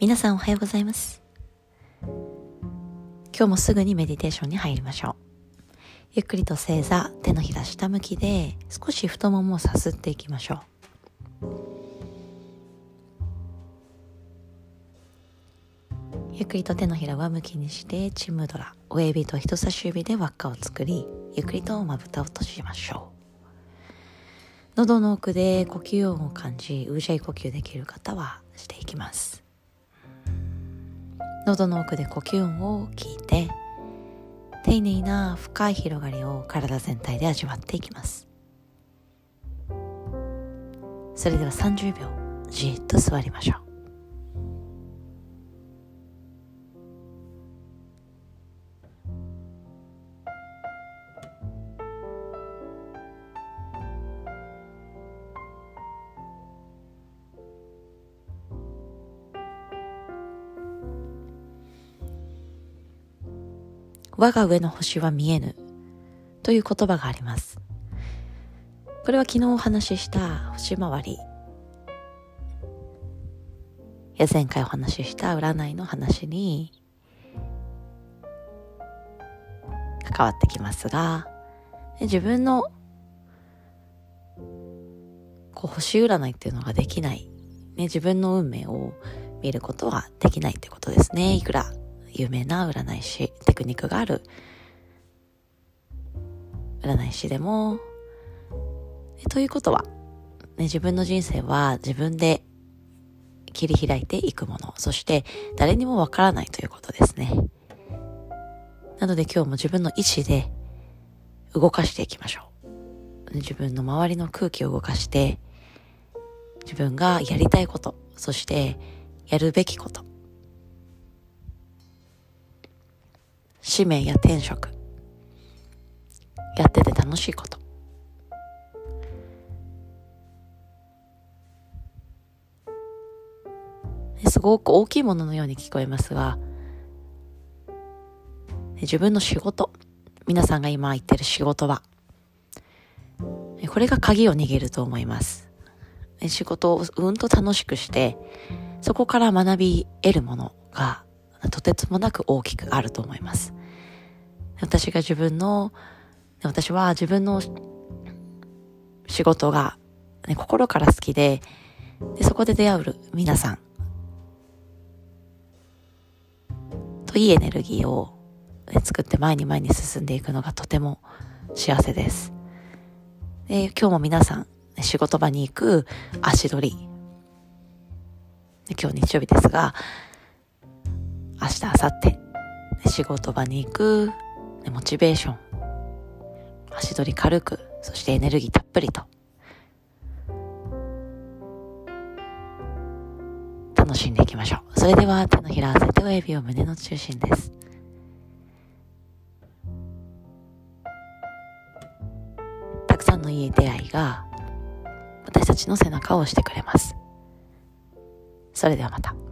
皆さんおはようございます。今日もすぐにメディテーションに入りましょう。ゆっくりと正座、手のひら下向きで少し太ももをさすっていきましょう。ゆっくりと手のひら上向きにしてチムドラ、親指と人差し指で輪っかを作り、ゆっくりとまぶたを閉じましょう。喉の奥で呼吸音を感じ、ウージャイ呼吸できる方はしていきます。喉の奥で呼吸音を聞いて、丁寧な深い広がりを体全体で味わっていきます。それでは30秒じーっと座りましょう。我が上の星は見えぬという言葉があります。これは昨日お話しした星回りや前回お話しした占いの話に関わってきますが、自分の星占いっていうのができない、自分の運命を見ることはできないということですね。いくら有名な占い師、テクニックがある占い師でも、ということは、自分の人生は自分で切り開いていくもの、そして誰にもわからないということですね。なので今日も自分の意志で動かしていきましょう。自分の周りの空気を動かして、自分がやりたいこと、そしてやるべきこと、使命や転職、やってて楽しいこと、すごく大きいもののように聞こえますが、自分の仕事、皆さんが今言ってる仕事は、これが鍵を握ると思います。仕事をうんと楽しくして、そこから学び得るものがとてつもなく大きくあると思います。私は自分の仕事が、心から好きで、そこで出会う皆さんといいエネルギーを、作って前に進んでいくのがとても幸せです。で、今日も皆さん仕事場に行く足取り、今日日曜日ですが、明日、明後日仕事場に行くモチベーション、足取り軽く、そしてエネルギーたっぷりと楽しんでいきましょう。それでは手のひら合わせて親指を胸の中心です。たくさんのいい出会いが私たちの背中を押してくれます。それではまた。